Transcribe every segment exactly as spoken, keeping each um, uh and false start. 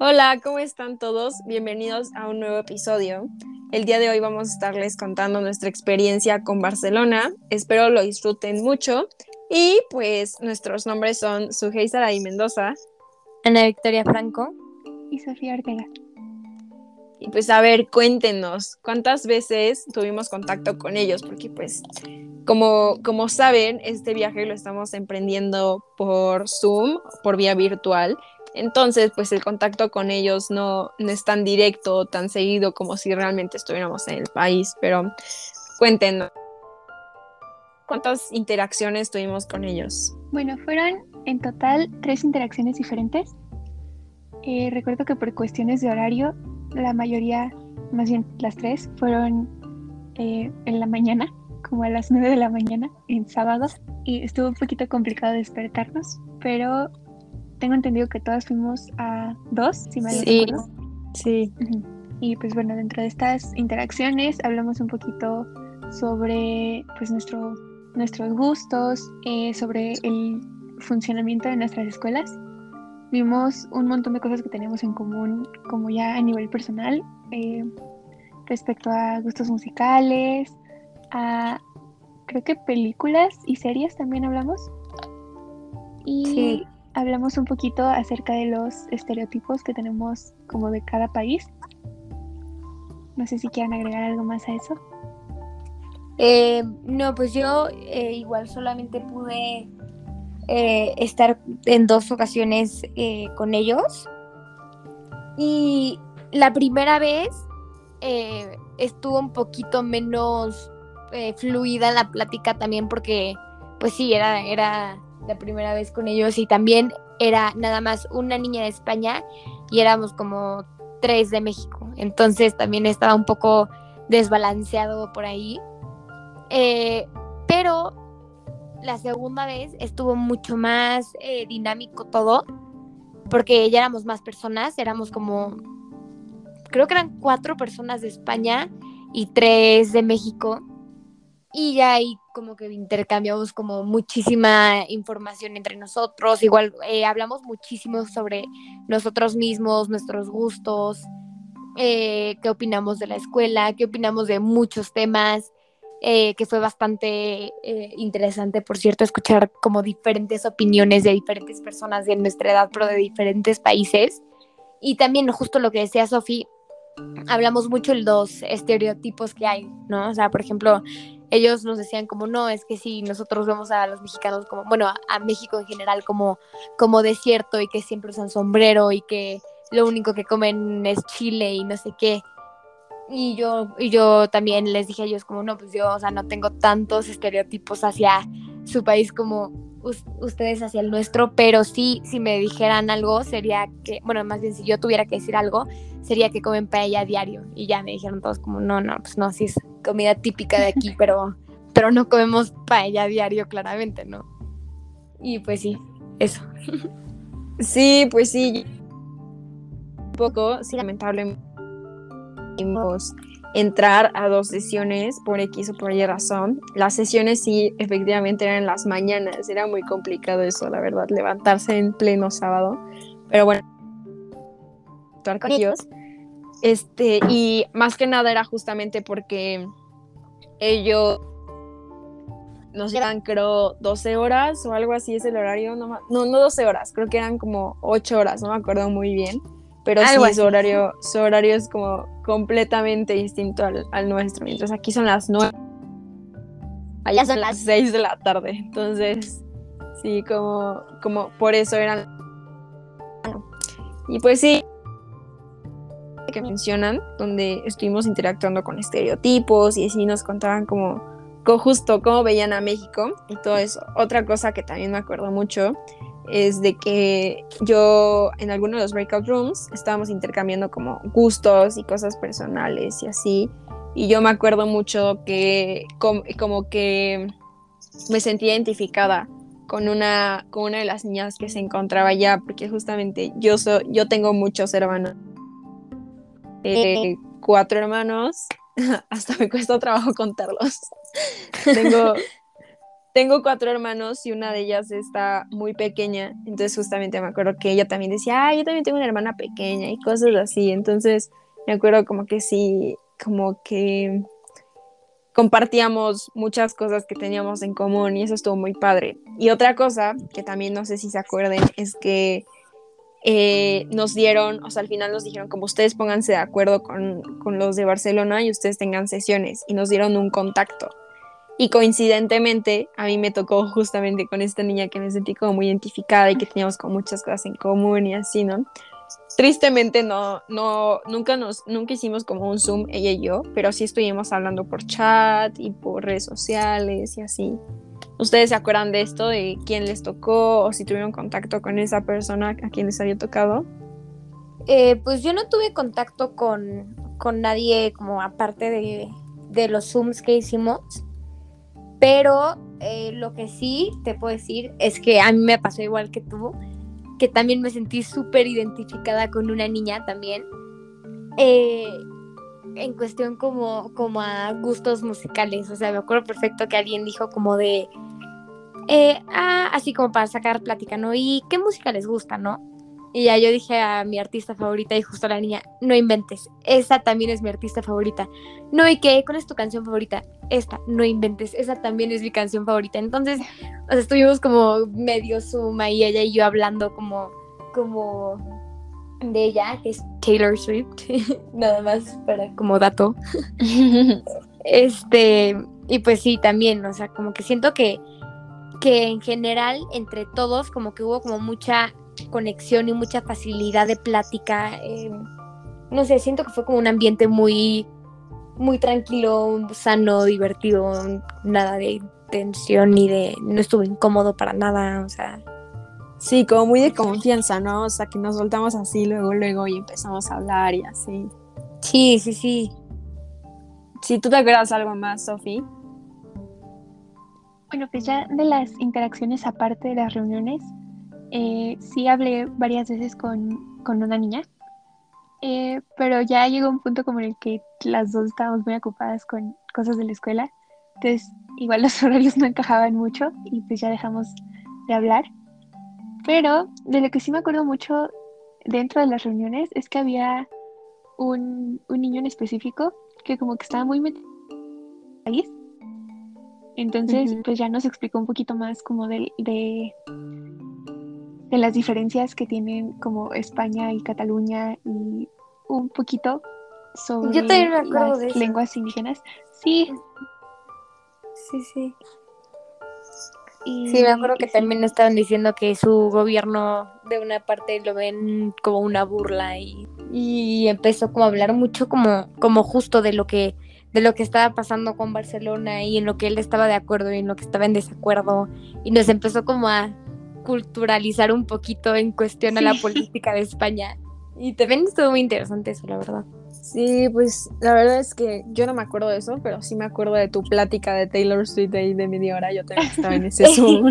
Hola, ¿cómo están todos? Bienvenidos a un nuevo episodio. El día de hoy vamos a estarles contando nuestra experiencia con Barcelona. Espero lo disfruten mucho. Y pues nuestros nombres son Sujei Saray Mendoza. Ana Victoria Franco. Y Sofía Ortega. Y pues a ver, cuéntenos, ¿cuántas veces tuvimos contacto con ellos? Porque pues, como, como saben, este viaje lo estamos emprendiendo por Zoom, por vía virtual. Entonces, pues el contacto con ellos no, no es tan directo, tan seguido como si realmente estuviéramos en el país. Pero cuéntenos, ¿cuántas interacciones tuvimos con ellos? Bueno, fueron en total tres interacciones diferentes. Eh, recuerdo que por cuestiones de horario, la mayoría, más bien las tres, fueron eh, en la mañana, como a las nueve de la mañana, en sábados, y estuvo un poquito complicado despertarnos, pero tengo entendido que todas fuimos a dos, si mal no Sí, recuerdo. sí. Uh-huh. Y pues bueno, dentro de estas interacciones hablamos un poquito sobre pues nuestro, nuestros gustos, eh, sobre el funcionamiento de nuestras escuelas. Vimos un montón de cosas que tenemos en común, como ya a nivel personal, eh, respecto a gustos musicales, a creo que películas y series también hablamos. Y Sí. hablamos un poquito acerca de los estereotipos que tenemos como de cada país. No sé si quieran agregar algo más a eso. Eh, no, pues yo eh, igual solamente pude eh, estar en dos ocasiones eh, con ellos. Y la primera vez eh, estuvo un poquito menos eh, fluida la plática también porque, pues sí, era, era la primera vez con ellos y también era nada más una niña de España y éramos como tres de México. Entonces también estaba un poco desbalanceado por ahí. Eh, pero la segunda vez estuvo mucho más eh, dinámico todo, porque ya éramos más personas, éramos como, creo que eran cuatro personas de España y tres de México, y ya ahí como que intercambiamos como muchísima información entre nosotros, igual eh, hablamos muchísimo sobre nosotros mismos, nuestros gustos, eh, qué opinamos de la escuela, qué opinamos de muchos temas, eh, que fue bastante eh, interesante, por cierto, escuchar como diferentes opiniones de diferentes personas de nuestra edad, pero de diferentes países. Y también justo lo que decía Sofi, hablamos mucho de los estereotipos que hay, ¿no? O sea, por ejemplo, ellos nos decían como, no, es que si nosotros vemos a los mexicanos como, bueno, a, a México en general como, como desierto y que siempre usan sombrero y que lo único que comen es chile y no sé qué. Y yo, y yo también les dije a ellos como, no, pues yo, o sea, no tengo tantos estereotipos hacia su país como us- ustedes hacia el nuestro, pero sí, si me dijeran algo, sería que, bueno, más bien si yo tuviera que decir algo, sería que comen paella a diario. Y ya me dijeron todos como, no, no, pues no, sí es comida típica de aquí, pero, pero no comemos paella a diario, claramente, ¿no? Y pues sí, eso. Sí, pues sí. Un poco, sí, lamentablemente entrar a dos sesiones por X o por Y razón. Las sesiones sí, efectivamente eran en las mañanas, era muy complicado eso, la verdad, levantarse en pleno sábado, pero bueno, actuar con ellos. Este, y más que nada era justamente porque ellos nos llevan, creo, doce horas o algo así es el horario, no, no, no doce horas, creo que eran como ocho horas, no me acuerdo muy bien. Pero Algo sí, así. su horario, su horario es como completamente distinto al, al nuestro. Mientras aquí son las nueve, allá son las seis de la tarde. Entonces, sí, como, como por eso eran. Y pues sí, que mencionan, donde estuvimos interactuando con estereotipos y así nos contaban como, como justo cómo veían a México y todo eso. Otra cosa que también me acuerdo mucho es de que yo en alguno de los breakout rooms estábamos intercambiando como gustos y cosas personales y así, y yo me acuerdo mucho que como, como que me sentí identificada con una, con una de las niñas que se encontraba allá, porque justamente yo, so, yo tengo muchos hermanos, eh, cuatro hermanos, hasta me cuesta trabajo contarlos. tengo tengo cuatro hermanos y una de ellas está muy pequeña, entonces justamente me acuerdo que ella también decía, ah, yo también tengo una hermana pequeña y cosas así, entonces me acuerdo como que sí, como que compartíamos muchas cosas que teníamos en común y eso estuvo muy padre. Y otra cosa que también no sé si se acuerden es que eh, nos dieron, o sea, al final nos dijeron como ustedes pónganse de acuerdo con, con los de Barcelona y ustedes tengan sesiones y nos dieron un contacto. Y coincidentemente a mí me tocó justamente con esta niña que me sentí como muy identificada y que teníamos como muchas cosas en común y así, ¿no? Tristemente no, no, nunca nos, nunca hicimos como un Zoom ella y yo, pero sí estuvimos hablando por chat y por redes sociales y así. ¿Ustedes se acuerdan de esto, de quién les tocó o si tuvieron contacto con esa persona a quien les había tocado? Eh, pues yo no tuve contacto con, con nadie como aparte de, de los Zooms que hicimos, pero eh, lo que sí te puedo decir es que a mí me pasó igual que tú, que también me sentí súper identificada con una niña también, eh, en cuestión como, como a gustos musicales. O sea, me acuerdo perfecto que alguien dijo como de, eh, ah, así como para sacar plática, ¿no? ¿Y qué música les gusta, no? Y ya yo dije a mi artista favorita y justo la niña, no inventes, esa también es mi artista favorita. No, ¿y qué? ¿Cuál es tu canción favorita? Esta, no inventes, esa también es mi canción favorita. Entonces, o sea, estuvimos como medio suma y ella y yo hablando como, como de ella, que es Taylor Swift, nada más para como dato. Este, y pues sí, también, o sea, como que siento que, que en general, entre todos, como que hubo como mucha conexión y mucha facilidad de plática. Eh, no sé, siento que fue como un ambiente muy, muy tranquilo, sano, divertido, nada de tensión ni de, no estuvo incómodo para nada, o sea. Sí, como muy de confianza, ¿no? O sea, que nos soltamos así luego, luego y empezamos a hablar y así. Sí, sí, sí. Si tú te acuerdas algo más, Sofi. Bueno, pues ya de las interacciones aparte de las reuniones, eh, sí hablé varias veces con, con una niña, eh, pero ya llegó un punto como en el que las dos estábamos muy ocupadas con cosas de la escuela, entonces igual los horarios no encajaban mucho y pues ya dejamos de hablar. Pero de lo que sí me acuerdo mucho dentro de las reuniones es que había un, un niño en específico que como que estaba muy metido en el país. Entonces, Uh-huh. pues ya nos explicó un poquito más como de, de, de las diferencias que tienen como España y Cataluña y un poquito Yo también sobre me acuerdo las de eso. lenguas indígenas. Sí, Sí, sí. Sí, me y, acuerdo y que sí. también estaban diciendo que su gobierno de una parte lo ven como una burla y, y empezó como a hablar mucho como, como justo de lo que, de lo que estaba pasando con Barcelona y en lo que él estaba de acuerdo y en lo que estaba en desacuerdo y nos empezó como a culturalizar un poquito en cuestión a la Sí. política de España y también estuvo muy interesante eso, la verdad. Sí, pues la verdad es que yo no me acuerdo de eso, pero sí me acuerdo de tu plática de Taylor Swift ahí de media hora. Yo también estaba en ese Zoom.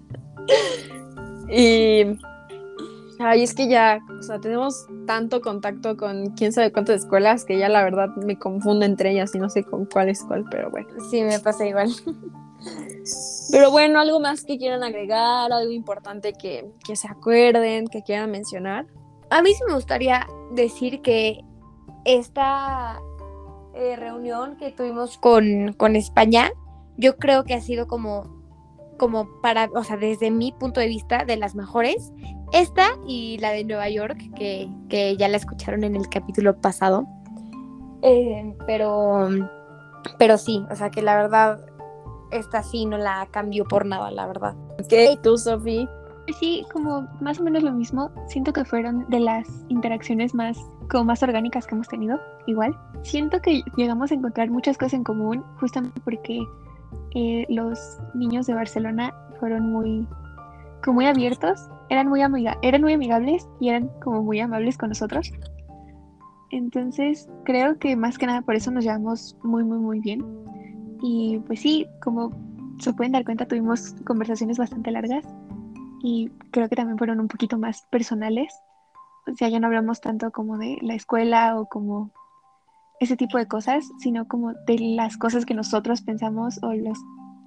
Y ay, es que ya, o sea, tenemos tanto contacto con quién sabe cuántas escuelas que ya la verdad me confundo entre ellas y no sé con cuál es cuál, pero bueno. Sí, me pasa igual. Pero bueno, algo más que quieran agregar, algo importante que, que se acuerden, que quieran mencionar. A mí sí me gustaría decir que esta eh, reunión que tuvimos con, con España, yo creo que ha sido como, como para, o sea, desde mi punto de vista, de las mejores. Esta y la de Nueva York, que, que ya la escucharon en el capítulo pasado. Eh, pero, pero sí, o sea, que la verdad, esta sí no la cambió por nada, la verdad. ¿Qué? ¿Tú, Sofi? Sí, como más o menos lo mismo. Siento que fueron de las interacciones más, como más orgánicas que hemos tenido, igual. Siento que llegamos a encontrar muchas cosas en común, justamente porque eh, los niños de Barcelona fueron muy, como muy abiertos, eran muy amiga, eran muy amigables y eran como muy amables con nosotros. Entonces, creo que más que nada por eso nos llevamos muy, muy, muy bien. Y pues sí, como se pueden dar cuenta, tuvimos conversaciones bastante largas y creo que también fueron un poquito más personales. O sea, ya no hablamos tanto como de la escuela o como ese tipo de cosas, sino como de las cosas que nosotros pensamos o los,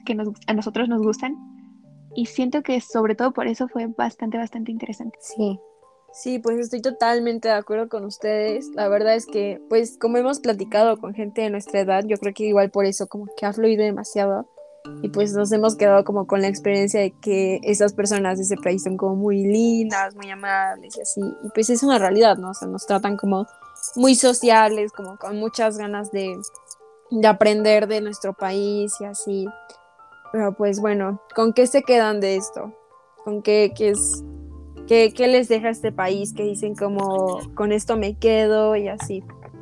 que nos, a nosotros nos gustan. Y siento que sobre todo por eso fue bastante, bastante interesante. Sí. Sí, pues estoy totalmente de acuerdo con ustedes. La verdad es que, pues como hemos platicado con gente de nuestra edad, yo creo que igual por eso como que ha fluido demasiado. Y pues nos hemos quedado como con la experiencia de que esas personas de ese país son como muy lindas, muy amables y así. Y pues es una realidad, ¿no? O sea, nos tratan como muy sociables, como con muchas ganas de, de aprender de nuestro país y así. Pero pues bueno, ¿con qué se quedan de esto? ¿Con qué, qué es, qué, qué les deja este país? Que dicen como, con esto me quedo y así.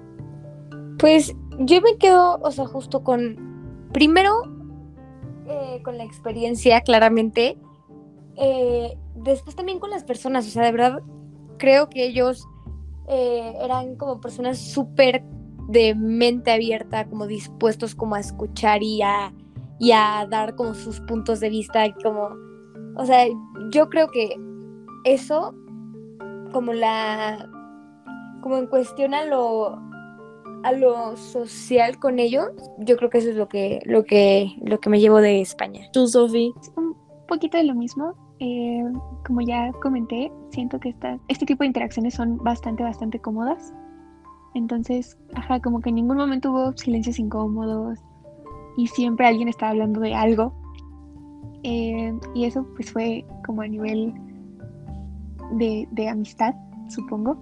Pues yo me quedo, o sea, justo con, primero, eh, con la experiencia, claramente. Eh, después también con las personas, o sea, de verdad, creo que ellos eh, eran como personas súper de mente abierta, como dispuestos como a escuchar y a, y a dar como sus puntos de vista, y como, o sea, yo creo que eso, como la, como en cuestión a lo, a lo social con ellos, yo creo que eso es lo que, lo que, lo que me llevo de España. ¿Tú, Sofi? Un poquito de lo mismo. Eh, como ya comenté, siento que esta, este tipo de interacciones son bastante, bastante cómodas. Entonces, ajá, como que en ningún momento hubo silencios incómodos y siempre alguien estaba hablando de algo. Eh, y eso pues fue como a nivel de, de amistad, supongo.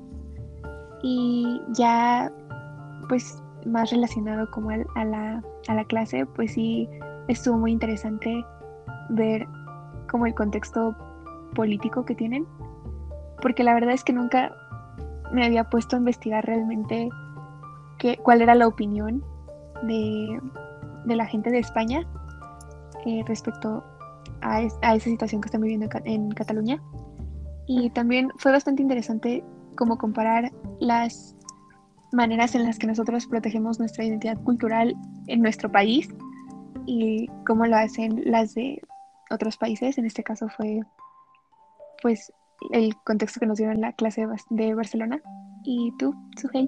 Y ya pues más relacionado como al- a, la, a la clase, pues sí estuvo muy interesante ver como el contexto político que tienen, porque la verdad es que nunca me había puesto a investigar realmente qué, cuál era la opinión de, de la gente de España eh, respecto a, es- a esa situación que están viviendo en, Ca- en Cataluña. Y también fue bastante interesante como comparar las maneras en las que nosotros protegemos nuestra identidad cultural en nuestro país y cómo lo hacen las de otros países. En este caso fue pues el contexto que nos dieron en la clase de, Bas- de Barcelona. ¿Y tú, Sujei?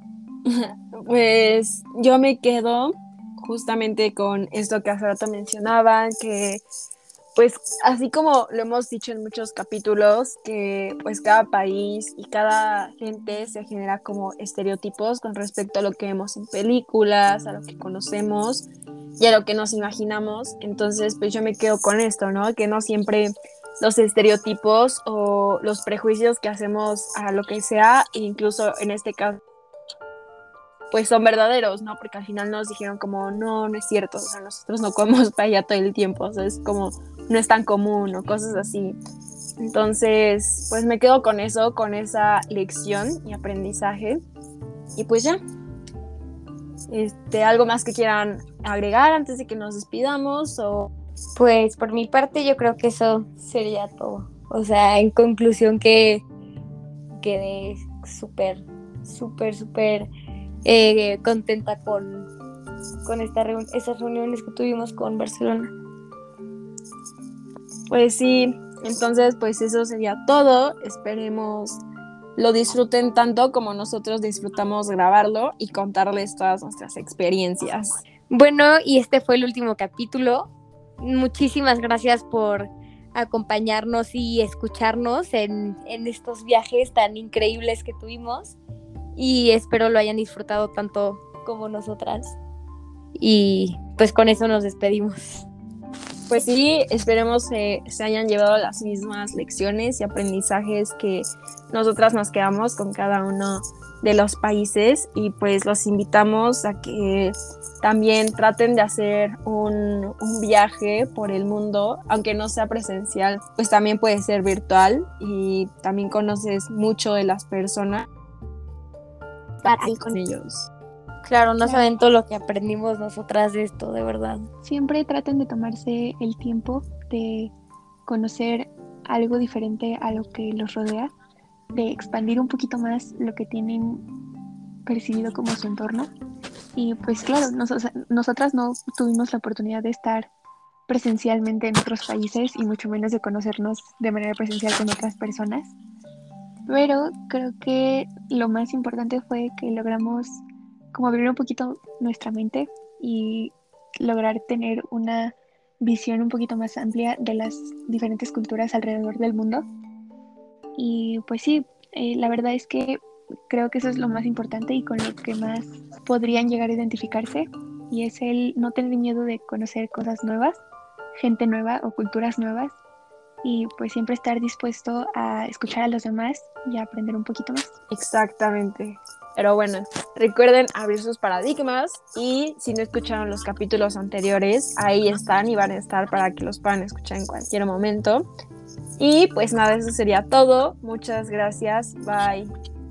Pues yo me quedo justamente con esto que hace rato mencionaban, que pues así como lo hemos dicho en muchos capítulos, que pues cada país y cada gente se genera como estereotipos con respecto a lo que vemos en películas, a lo que conocemos y a lo que nos imaginamos. Entonces pues yo me quedo con esto, ¿no? Que no siempre los estereotipos o los prejuicios que hacemos a lo que sea, incluso en este caso pues son verdaderos, ¿no? Porque al final nos dijeron como, no, no es cierto, o sea, nosotros no comemos paella todo el tiempo, o sea, es como, no es tan común o cosas así. Entonces, pues me quedo con eso, con esa lección y aprendizaje. Y pues ya, este, algo más que quieran agregar antes de que nos despidamos o... Pues por mi parte yo creo que eso sería todo. O sea, en conclusión que quedé súper, súper, súper eh, contenta con, con esta reun- esas reuniones que tuvimos con Barcelona. Pues sí, entonces pues eso sería todo. Esperemos lo disfruten tanto como nosotros disfrutamos grabarlo y contarles todas nuestras experiencias. Bueno, y este fue el último capítulo. Muchísimas gracias por acompañarnos y escucharnos en, en estos viajes tan increíbles que tuvimos. Y espero lo hayan disfrutado tanto como nosotras. Y pues con eso nos despedimos. Pues sí, esperemos eh, se hayan llevado las mismas lecciones y aprendizajes que nosotras nos quedamos con cada uno de los países y pues los invitamos a que también traten de hacer un, un viaje por el mundo, aunque no sea presencial, pues también puede ser virtual y también conoces mucho de las personas para ir con ellos. Claro, no Claro. saben todo lo que aprendimos nosotras de esto, de verdad. Siempre traten de tomarse el tiempo de conocer algo diferente a lo que los rodea, de expandir un poquito más lo que tienen percibido como su entorno. Y pues claro, nos- o sea, nosotras no tuvimos la oportunidad de estar presencialmente en otros países y mucho menos de conocernos de manera presencial con otras personas. Pero creo que lo más importante fue que logramos como abrir un poquito nuestra mente y lograr tener una visión un poquito más amplia de las diferentes culturas alrededor del mundo. Y pues sí, eh, la verdad es que creo que eso es lo más importante y con lo que más podrían llegar a identificarse, y es el no tener miedo de conocer cosas nuevas, gente nueva o culturas nuevas, y pues siempre estar dispuesto a escuchar a los demás y a aprender un poquito más. Exactamente. Pero bueno, recuerden abrir sus paradigmas, y si no escucharon los capítulos anteriores, ahí están y van a estar para que los puedan escuchar en cualquier momento. Y pues nada, eso sería todo. Muchas gracias. Bye.